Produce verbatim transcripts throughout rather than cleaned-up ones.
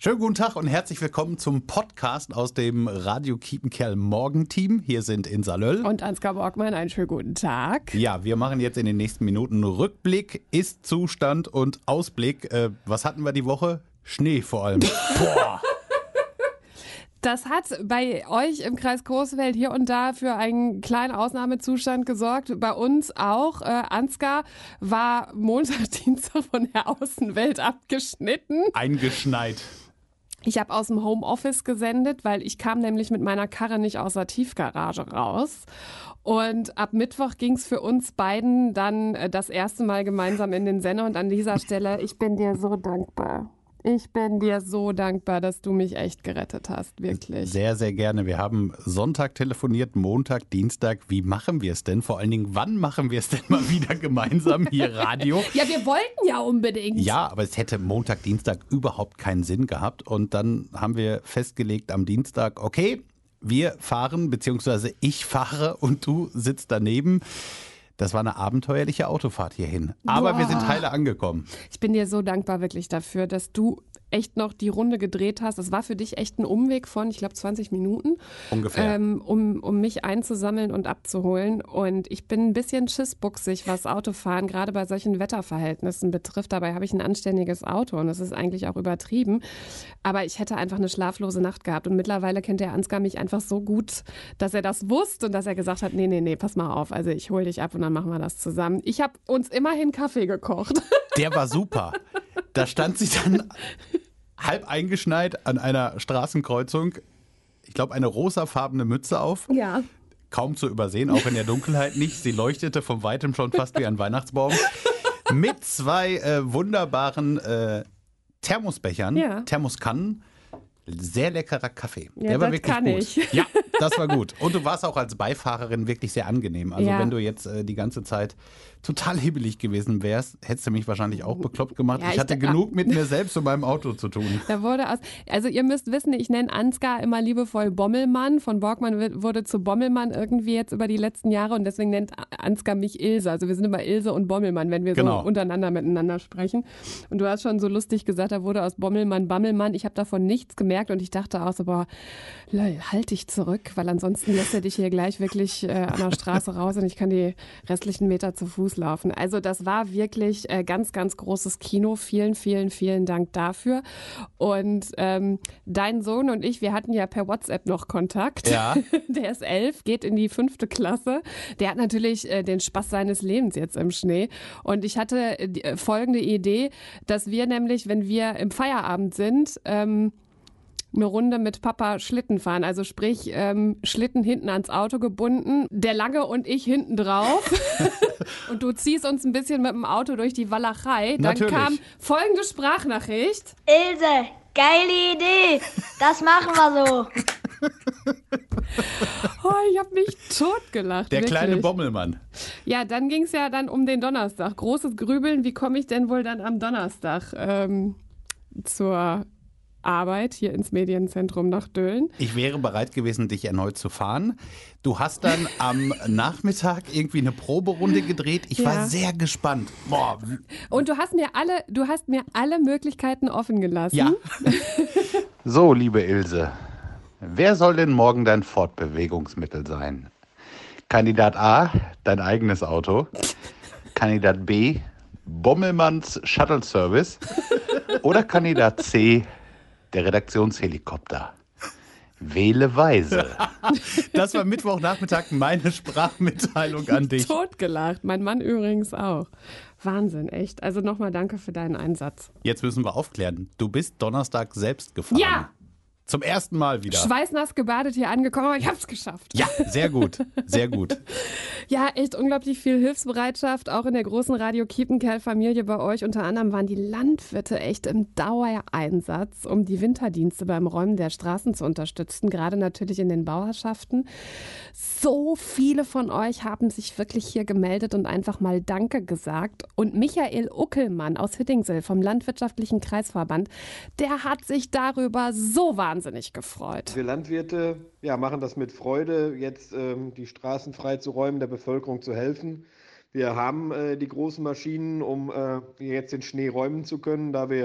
Schönen guten Tag und herzlich willkommen zum Podcast aus dem Radio Kiepenkerl Morgenteam. Hier sind Insa Löll und Ansgar Borgmann. Einen schönen guten Tag. Ja, wir machen jetzt in den nächsten Minuten Rückblick, Ist-Zustand und Ausblick. Äh, was hatten wir die Woche? Schnee vor allem. Boah. Das hat bei euch im Kreis Coesfeld hier und da für einen kleinen Ausnahmezustand gesorgt. Bei uns auch. Äh, Ansgar war Montag, Dienstag von der Außenwelt abgeschnitten. Eingeschneit. Ich habe aus dem Homeoffice gesendet, weil ich kam nämlich mit meiner Karre nicht aus der Tiefgarage raus. Und ab Mittwoch ging es für uns beiden dann äh, das erste Mal gemeinsam in den Sender. Und an dieser Stelle, ich bin dir so dankbar. Ich bin dir so dankbar, dass du mich echt gerettet hast, wirklich. Sehr, sehr gerne. Wir haben Sonntag telefoniert, Montag, Dienstag. Wie machen wir es denn? Vor allen Dingen, wann machen wir es denn mal wieder gemeinsam hier Radio? Ja, wir wollten ja unbedingt. Ja, aber es hätte Montag, Dienstag überhaupt keinen Sinn gehabt. Und dann haben wir festgelegt am Dienstag, okay, wir fahren, beziehungsweise ich fahre und du sitzt daneben. Das war eine abenteuerliche Autofahrt hierhin. Aber Boah. wir sind heile angekommen. Ich bin dir so dankbar wirklich dafür, dass du echt noch die Runde gedreht hast. Es war für dich echt ein Umweg von, ich glaube, zwanzig Minuten. Ungefähr. Ähm, um, um mich einzusammeln und abzuholen. Und ich bin ein bisschen schissbuchsig, was Autofahren gerade bei solchen Wetterverhältnissen betrifft. Dabei habe ich ein anständiges Auto und das ist eigentlich auch übertrieben. Aber ich hätte einfach eine schlaflose Nacht gehabt. Und mittlerweile kennt der Ansgar mich einfach so gut, dass er das wusste und dass er gesagt hat, nee, nee, nee, pass mal auf. Also ich hole dich ab und dann machen wir das zusammen. Ich habe uns immerhin Kaffee gekocht. Der war super. Da stand sie dann halb eingeschneit an einer Straßenkreuzung. Ich glaube, eine rosafarbene Mütze auf. Ja. Kaum zu übersehen, auch in der Dunkelheit nicht. Sie leuchtete von weitem schon fast wie ein Weihnachtsbaum. Mit zwei äh, wunderbaren äh, Thermosbechern, ja. Thermoskannen. Sehr leckerer Kaffee. Ja, der war das wirklich kann gut. Ich. Ja, das war gut. Und du warst auch als Beifahrerin wirklich sehr angenehm. Also ja. wenn du jetzt äh, die ganze Zeit total hibbelig gewesen wärst, hättest du mich wahrscheinlich auch bekloppt gemacht. Ja, ich, ich hatte da, genug mit mir selbst und meinem Auto zu tun. Da wurde aus, also ihr müsst wissen, ich nenne Ansgar immer liebevoll Bommelmann. Von Borgmann wurde zu Bommelmann irgendwie jetzt über die letzten Jahre und deswegen nennt Ansgar mich Ilse. Also wir sind immer Ilse und Bommelmann, wenn wir genau. so untereinander miteinander sprechen. Und du hast schon so lustig gesagt, da wurde aus Bommelmann Bammelmann. Ich habe davon nichts gemerkt und ich dachte auch so, boah, lol, halt dich zurück, weil ansonsten lässt er dich hier gleich wirklich äh, an der Straße raus und ich kann die restlichen Meter zu Fuß laufen. Also das war wirklich äh, ganz, ganz großes Kino. Vielen, vielen, vielen Dank dafür. Und ähm, dein Sohn und ich, wir hatten ja per WhatsApp noch Kontakt. Ja. Der ist elf, geht in die fünfte Klasse. Der hat natürlich äh, den Spaß seines Lebens jetzt im Schnee. Und ich hatte äh, folgende Idee, dass wir nämlich, wenn wir im Feierabend sind, ähm, eine Runde mit Papa Schlitten fahren. Also sprich, ähm, Schlitten hinten ans Auto gebunden, der Lange und ich hinten drauf. Und du ziehst uns ein bisschen mit dem Auto durch die Walachei. Dann Natürlich. kam folgende Sprachnachricht. Ilse, geile Idee. Das machen wir so. Oh, ich habe mich totgelacht. Der wirklich. kleine Bommelmann. Ja, dann ging es ja dann um den Donnerstag. Großes Grübeln, wie komme ich denn wohl dann am Donnerstag ähm, zur Arbeit hier ins Medienzentrum nach Dölln. Ich wäre bereit gewesen, dich erneut zu fahren. Du hast dann am Nachmittag irgendwie eine Proberunde gedreht. Ich ja. war sehr gespannt. Boah. Und du hast mir alle, du hast mir alle Möglichkeiten offen gelassen. Ja. So, liebe Ilse, wer soll denn morgen dein Fortbewegungsmittel sein? Kandidat A, dein eigenes Auto. Kandidat B, Bommelmanns Shuttle Service. Oder Kandidat C, der Redaktionshelikopter. Wähle weise. Das war Mittwochnachmittag meine Sprachmitteilung an dich. Totgelacht. Mein Mann übrigens auch. Wahnsinn, echt. Also nochmal danke für deinen Einsatz. Jetzt müssen wir aufklären. Du bist Donnerstag selbst gefahren. Ja! Zum ersten Mal wieder. Schweißnass gebadet hier angekommen, aber ich hab's geschafft. Ja, sehr gut, sehr gut. Ja, echt unglaublich viel Hilfsbereitschaft, auch in der großen Radio Kiepenkerl-Familie bei euch. Unter anderem waren die Landwirte echt im Dauereinsatz, um die Winterdienste beim Räumen der Straßen zu unterstützen, gerade natürlich in den Bauerschaften. So viele von euch haben sich wirklich hier gemeldet und einfach mal Danke gesagt. Und Michael Uckelmann aus Hüttingsel vom Landwirtschaftlichen Kreisverband, der hat sich darüber so wahnsinnig wahnsinnig gefreut. Wir Landwirte ja, machen das mit Freude, jetzt ähm, die Straßen frei zu räumen, der Bevölkerung zu helfen. Wir haben äh, die großen Maschinen, um äh, jetzt den Schnee räumen zu können, da wir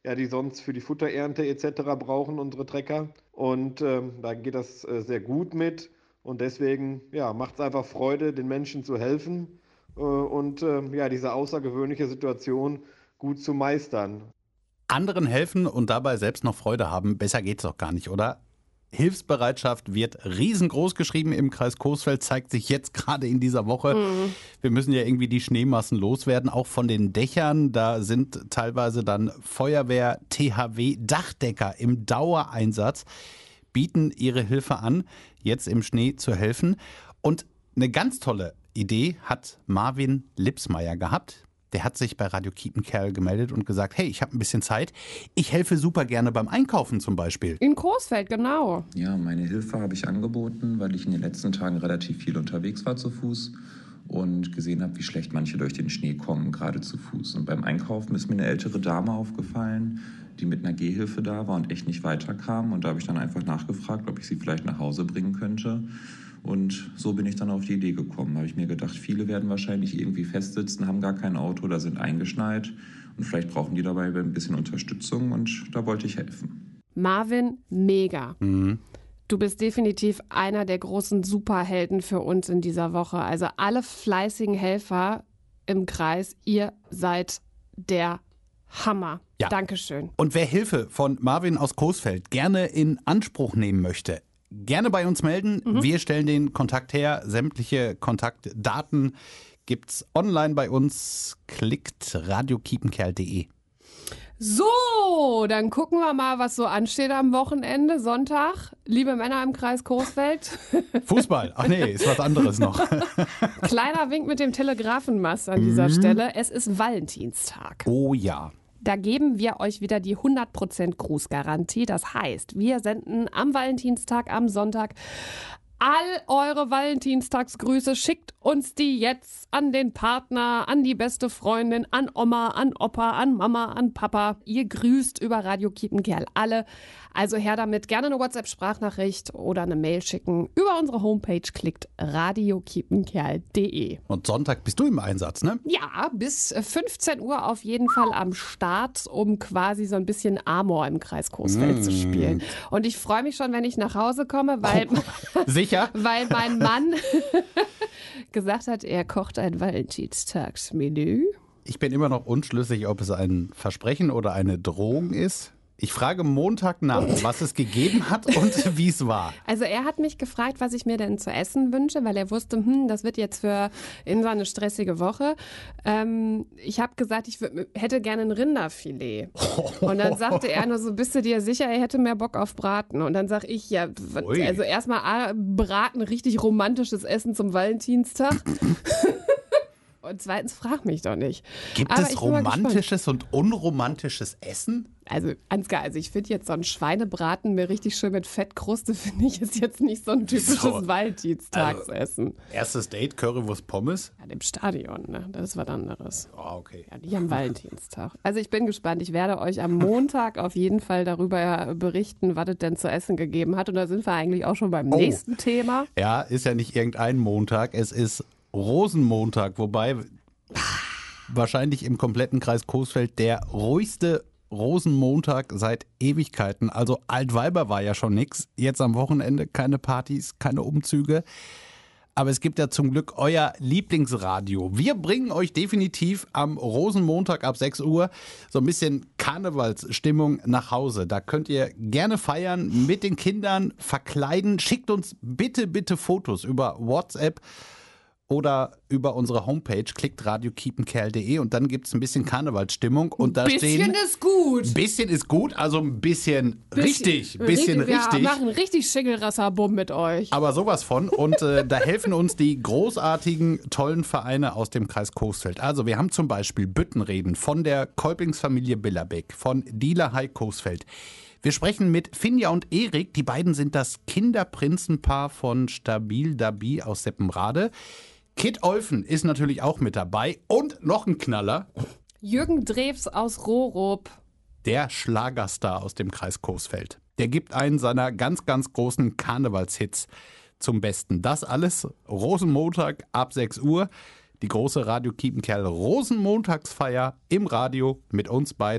ja, die sonst für die Futterernte et cetera brauchen, unsere Trecker. Und ähm, da geht das äh, sehr gut mit. Und deswegen ja, macht es einfach Freude, den Menschen zu helfen äh, und äh, ja, diese außergewöhnliche Situation gut zu meistern. Anderen helfen und dabei selbst noch Freude haben, besser geht's doch gar nicht, oder? Hilfsbereitschaft wird riesengroß geschrieben im Kreis Coesfeld, zeigt sich jetzt gerade in dieser Woche. Mhm. Wir müssen ja irgendwie die Schneemassen loswerden, auch von den Dächern. Da sind teilweise dann Feuerwehr, T H W, Dachdecker im Dauereinsatz, bieten ihre Hilfe an, jetzt im Schnee zu helfen. Und eine ganz tolle Idee hat Marvin Lipsmeier gehabt. Der hat sich bei Radio Kiepenkerl gemeldet und gesagt, hey, ich habe ein bisschen Zeit. Ich helfe super gerne beim Einkaufen zum Beispiel. In Coesfeld, genau. Ja, meine Hilfe habe ich angeboten, weil ich in den letzten Tagen relativ viel unterwegs war zu Fuß und gesehen habe, wie schlecht manche durch den Schnee kommen, gerade zu Fuß. Und beim Einkaufen ist mir eine ältere Dame aufgefallen, die mit einer Gehhilfe da war und echt nicht weiterkam. Und da habe ich dann einfach nachgefragt, ob ich sie vielleicht nach Hause bringen könnte. Und so bin ich dann auf die Idee gekommen. Da habe ich mir gedacht, viele werden wahrscheinlich irgendwie festsitzen, haben gar kein Auto oder sind eingeschneit. Und vielleicht brauchen die dabei ein bisschen Unterstützung und da wollte ich helfen. Marvin, mega. Mhm. Du bist definitiv einer der großen Superhelden für uns in dieser Woche. Also alle fleißigen Helfer im Kreis, ihr seid der Hammer. Ja. Dankeschön. Und wer Hilfe von Marvin aus Coesfeld gerne in Anspruch nehmen möchte, gerne bei uns melden. Mhm. Wir stellen den Kontakt her. Sämtliche Kontaktdaten gibt's online bei uns. Klickt radio kiepenkerl punkt de. So, dann gucken wir mal, was so ansteht am Wochenende, Sonntag. Liebe Männer im Kreis Coesfeld. Fußball. Ach nee, ist was anderes noch. Kleiner Wink mit dem Telegrafenmast an dieser mhm. Stelle. Es ist Valentinstag. Oh ja. Da geben wir euch wieder die hundert Prozent Grußgarantie. Das heißt, wir senden am Valentinstag, am Sonntag all eure Valentinstagsgrüße. Schickt uns die jetzt an den Partner, an die beste Freundin, an Oma, an Opa, an Mama, an Papa. Ihr grüßt über Radio Kiepenkerl alle. Also her damit, gerne eine WhatsApp-Sprachnachricht oder eine Mail schicken. Über unsere Homepage klickt radio kiepenkerl punkt de. Und Sonntag bist du im Einsatz, ne? Ja, bis fünfzehn Uhr auf jeden Fall am Start, um quasi so ein bisschen Amor im Kreis Coesfeld mm. zu spielen. Und ich freue mich schon, wenn ich nach Hause komme, weil, oh, sicher? weil mein Mann gesagt hat, er kocht ein Valentinstagsmenü. Ich bin immer noch unschlüssig, ob es ein Versprechen oder eine Drohung ist. Ich frage Montag nach, was es gegeben hat und wie es war. Also er hat mich gefragt, was ich mir denn zu essen wünsche, weil er wusste, hm, das wird jetzt für in so eine stressige Woche. Ähm, ich habe gesagt, ich würd, hätte gerne ein Rinderfilet. Und dann sagte er nur so, bist du dir sicher, er hätte mehr Bock auf Braten? Und dann sage ich, ja, Ui. also erstmal Braten, richtig romantisches Essen zum Valentinstag. Und zweitens, frag mich doch nicht. Gibt Aber es romantisches und unromantisches Essen? Also, Ansgar, also ich finde jetzt so ein Schweinebraten mir richtig schön mit Fettkruste, finde ich, ist jetzt nicht so ein typisches so, Valentinstagsessen. Also, erstes Date, Currywurst Pommes? Ja, im Stadion, ne? Das ist was anderes. Oh, okay. Ja, nicht am Valentinstag. Also ich bin gespannt. Ich werde euch am Montag auf jeden Fall darüber berichten, was es denn zu essen gegeben hat. Und da sind wir eigentlich auch schon beim oh. nächsten Thema. Ja, ist ja nicht irgendein Montag, es ist Rosenmontag, wobei wahrscheinlich im kompletten Kreis Coesfeld der ruhigste Rosenmontag seit Ewigkeiten. Also Altweiber war ja schon nix. Jetzt am Wochenende keine Partys, keine Umzüge. Aber es gibt ja zum Glück euer Lieblingsradio. Wir bringen euch definitiv am Rosenmontag ab sechs Uhr so ein bisschen Karnevalsstimmung nach Hause. Da könnt ihr gerne feiern, mit den Kindern verkleiden. Schickt uns bitte, bitte Fotos über WhatsApp oder über unsere Homepage, klickt radio kiepenkerl punkt de und dann gibt es ein bisschen Karnevalsstimmung. Und da ein bisschen stehen, ist gut. Ein bisschen ist gut, also ein bisschen, bisschen richtig. Bisschen richtig. richtig. Wir machen richtig Schingelrasserbum mit euch. Aber sowas von. Und äh, da helfen uns die großartigen, tollen Vereine aus dem Kreis Coesfeld. Also wir haben zum Beispiel Büttenreden von der Kolpingsfamilie Billerbeck, von Dielerhai Coesfeld. Wir sprechen mit Finja und Erik. Die beiden sind das Kinderprinzenpaar von Stabil Dabi aus Seppenrade. Kit Olfen ist natürlich auch mit dabei und noch ein Knaller. Jürgen Drews aus Rohrup. Der Schlagerstar aus dem Kreis Coesfeld. Der gibt einen seiner ganz, ganz großen Karnevalshits zum Besten. Das alles Rosenmontag ab sechs Uhr. Die große Radio Kiepenkerl Rosenmontagsfeier im Radio mit uns beiden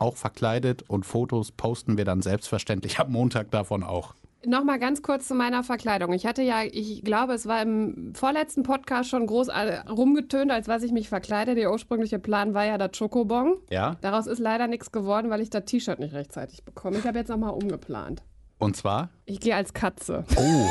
auch verkleidet und Fotos posten wir dann selbstverständlich am Montag davon auch. Nochmal ganz kurz zu meiner Verkleidung. Ich hatte ja, ich glaube, es war im vorletzten Podcast schon groß rumgetönt, als was ich mich verkleide. Der ursprüngliche Plan war ja der Chocobon. Ja. Daraus ist leider nichts geworden, weil ich das T-Shirt nicht rechtzeitig bekomme. Ich habe jetzt nochmal umgeplant. Und zwar? Ich gehe als Katze. Oh,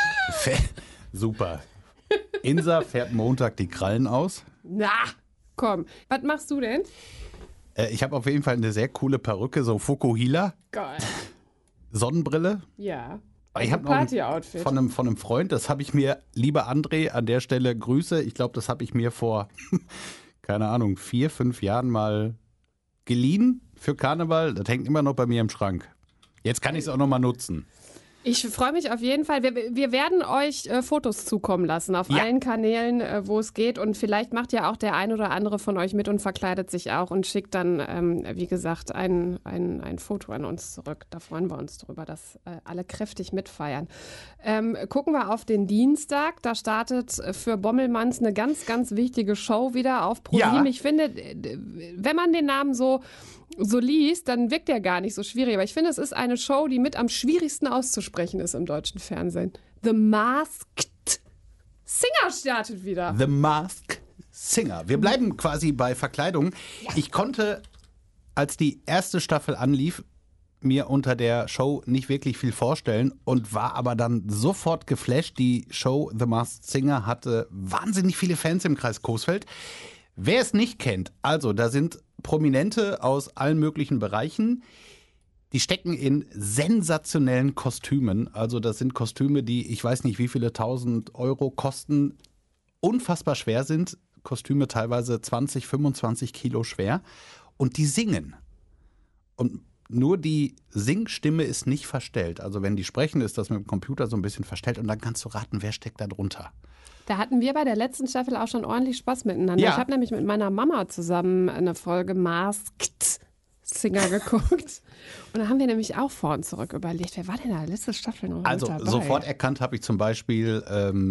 super. Insa fährt Montag die Krallen aus. Na, komm. Was machst du denn? Äh, ich habe auf jeden Fall eine sehr coole Perücke, so Fukuhila. Geil. Sonnenbrille. Ja. Ich habe noch ein, von, einem, von einem Freund, das habe ich mir, lieber André, an der Stelle Grüße. Ich glaube, das habe ich mir vor, keine Ahnung, vier, fünf Jahren mal geliehen für Karneval. Das hängt immer noch bei mir im Schrank. Jetzt kann ich es auch noch mal nutzen. Ich freue mich auf jeden Fall. Wir, wir werden euch äh, Fotos zukommen lassen auf ja. allen Kanälen, äh, wo es geht. Und vielleicht macht ja auch der ein oder andere von euch mit und verkleidet sich auch und schickt dann, ähm, wie gesagt, ein, ein, ein Foto an uns zurück. Da freuen wir uns drüber, dass äh, alle kräftig mitfeiern. Ähm, gucken wir auf den Dienstag. Da startet für Bommelmanns eine ganz, ganz wichtige Show wieder auf ProSieben. Ja. Ich finde, wenn man den Namen so so liest, dann wirkt der gar nicht so schwierig. Aber ich finde, es ist eine Show, die mit am schwierigsten auszusprechen ist im deutschen Fernsehen. The Masked Singer startet wieder. The Masked Singer. Wir bleiben quasi bei Verkleidung. Ja. Ich konnte, als die erste Staffel anlief, mir unter der Show nicht wirklich viel vorstellen und war aber dann sofort geflasht. Die Show The Masked Singer hatte wahnsinnig viele Fans im Kreis Coesfeld. Wer es nicht kennt, also da sind Prominente aus allen möglichen Bereichen, die stecken in sensationellen Kostümen. Also das sind Kostüme, die ich weiß nicht wie viele tausend Euro kosten, unfassbar schwer sind. Kostüme teilweise zwanzig, fünfundzwanzig Kilo schwer und die singen. Und nur die Singstimme ist nicht verstellt. Also wenn die sprechen, ist das mit dem Computer so ein bisschen verstellt und dann kannst du raten, wer steckt da drunter. Da hatten wir bei der letzten Staffel auch schon ordentlich Spaß miteinander. Ja. Ich habe nämlich mit meiner Mama zusammen eine Folge Masked Singer geguckt. Und da haben wir nämlich auch vor und zurück überlegt, wer war denn in der letzten Staffel noch Also mit dabei? sofort erkannt habe ich zum Beispiel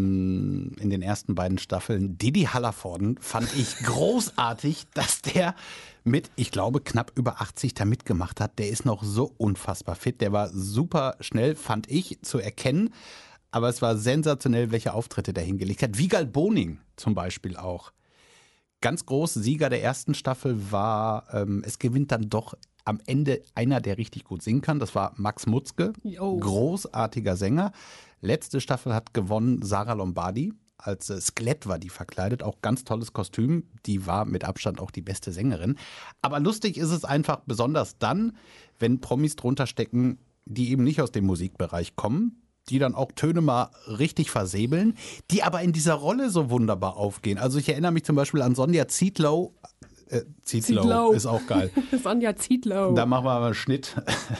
ähm, in den ersten beiden Staffeln Didi Hallervorden. Fand ich großartig, dass der mit, ich glaube, knapp über achtzig da mitgemacht hat. Der ist noch so unfassbar fit. Der war super schnell, fand ich, zu erkennen. Aber es war sensationell, welche Auftritte der hingelegt hat. Wiegald Boning zum Beispiel auch. Ganz groß, Sieger der ersten Staffel war, ähm, es gewinnt dann doch am Ende einer, der richtig gut singen kann. Das war Max Mutzke, Yo. Großartiger Sänger. Letzte Staffel hat gewonnen Sarah Lombardi. Als äh, Skelett war die verkleidet, auch ganz tolles Kostüm. Die war mit Abstand auch die beste Sängerin. Aber lustig ist es einfach besonders dann, wenn Promis drunter stecken, die eben nicht aus dem Musikbereich kommen, die dann auch Töne mal richtig versäbeln, die aber in dieser Rolle so wunderbar aufgehen. Also ich erinnere mich zum Beispiel an Sonja Zietlow. Äh, Zietlow, Zietlow ist auch geil. Sonja Zietlow. Da machen wir mal einen Schnitt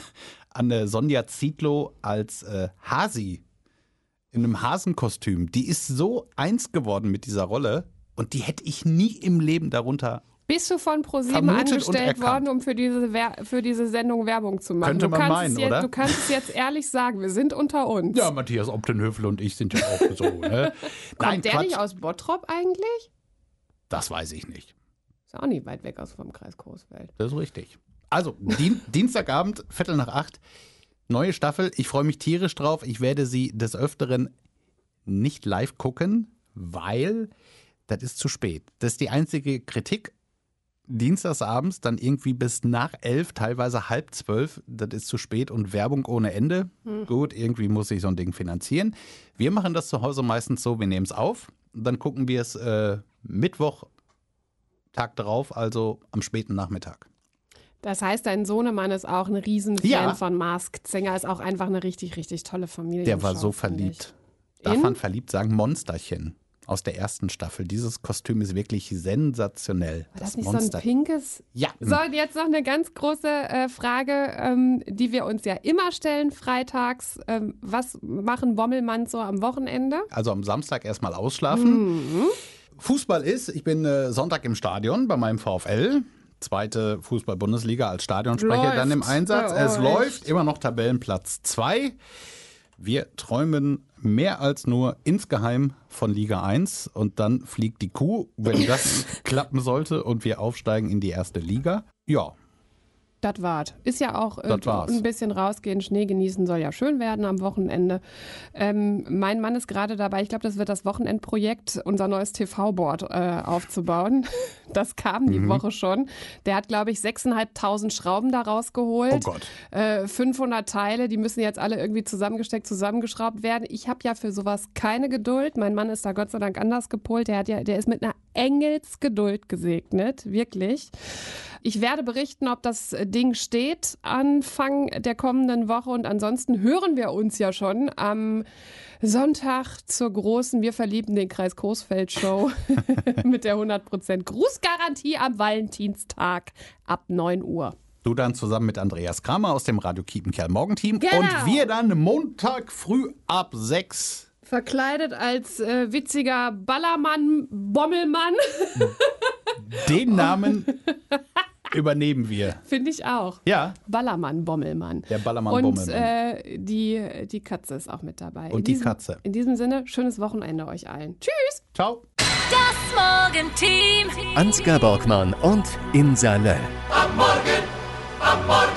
an äh, Sonja Zietlow als äh, Hasi in einem Hasenkostüm. Die ist so eins geworden mit dieser Rolle und die hätte ich nie im Leben darunter Bist du von ProSieben angestellt worden, um für diese, Wer- für diese Sendung Werbung zu machen? Könnte du man kannst meinen, es jetzt, oder? Du kannst es jetzt ehrlich sagen, wir sind unter uns. Ja, Matthias Optenhöfel und ich sind ja auch so. Ne? Kommt Nein, der Quatsch. nicht aus Bottrop eigentlich? Das weiß ich nicht. Ist auch nicht weit weg aus vom Kreis Coesfeld. Das ist richtig. Also, Dien- Dienstagabend, Viertel nach acht, neue Staffel. Ich freue mich tierisch drauf. Ich werde sie des Öfteren nicht live gucken, weil das ist zu spät. Das ist die einzige Kritik. Dienstagsabends dann irgendwie bis nach elf, teilweise halb zwölf, das ist zu spät und Werbung ohne Ende. Hm. Gut, irgendwie muss ich so ein Ding finanzieren. Wir machen das zu Hause meistens so, wir nehmen es auf, dann gucken wir es äh, Mittwoch, Tag darauf, also am späten Nachmittag. Das heißt, dein Sohnemann ist auch ein Riesenfan Ja. von Masked Singer, ist auch einfach eine richtig, richtig tolle Familie. Der war so verliebt. Darf man verliebt sagen? Monsterchen aus der ersten Staffel. Dieses Kostüm ist wirklich sensationell. War das, das nicht Monster. So ein pinkes? Ja. So, jetzt noch eine ganz große äh, Frage, ähm, die wir uns ja immer stellen freitags. Ähm, was machen Bommelmanns so am Wochenende? Also am Samstag erstmal ausschlafen. Mhm. Fußball ist, ich bin äh, Sonntag im Stadion bei meinem VfL. Zweite Fußball-Bundesliga als Stadionsprecher läuft dann im Einsatz. bei Es euch. läuft, immer noch Tabellenplatz zwei. Wir träumen mehr als nur insgeheim von Liga eins und dann fliegt die Kuh, wenn das klappen sollte und wir aufsteigen in die erste Liga. Ja, Das war's. Ist ja auch äh, Das war's. ein bisschen rausgehen, Schnee genießen soll ja schön werden am Wochenende. Ähm, mein Mann ist gerade dabei, ich glaube, das wird das Wochenendprojekt, unser neues T V-Board äh, aufzubauen. Das kam die Mhm. Woche schon. Der hat, glaube ich, sechstausendfünfhundert Schrauben da rausgeholt. Oh Gott. Äh, fünfhundert Teile, die müssen jetzt alle irgendwie zusammengesteckt, zusammengeschraubt werden. Ich habe ja für sowas keine Geduld. Mein Mann ist da Gott sei Dank anders gepolt. Der, hat ja, der ist mit einer Engelsgeduld gesegnet, wirklich. Ich werde berichten, ob das Ding steht Anfang der kommenden Woche und ansonsten hören wir uns ja schon am Sonntag zur großen Wir verlieben den Kreis Coesfeld Show mit der hundert Prozent Grußgarantie am Valentinstag ab neun Uhr. Du dann zusammen mit Andreas Kramer aus dem Radio Kiepenkerl Morgenteam. Genau. Und wir dann Montag früh ab sechs. Verkleidet als äh, witziger Ballermann, Bommelmann. Den Namen übernehmen wir. Finde ich auch. Ja. Ballermann, Bommelmann. Der Ballermann, Und Bommelmann. äh, die, die Katze ist auch mit dabei. Und in die diesem, Katze. In diesem Sinne, schönes Wochenende euch allen. Tschüss. Ciao. Das Morgenteam. Ansgar Borgmann und Insa Löll. Am Morgen, am Morgen.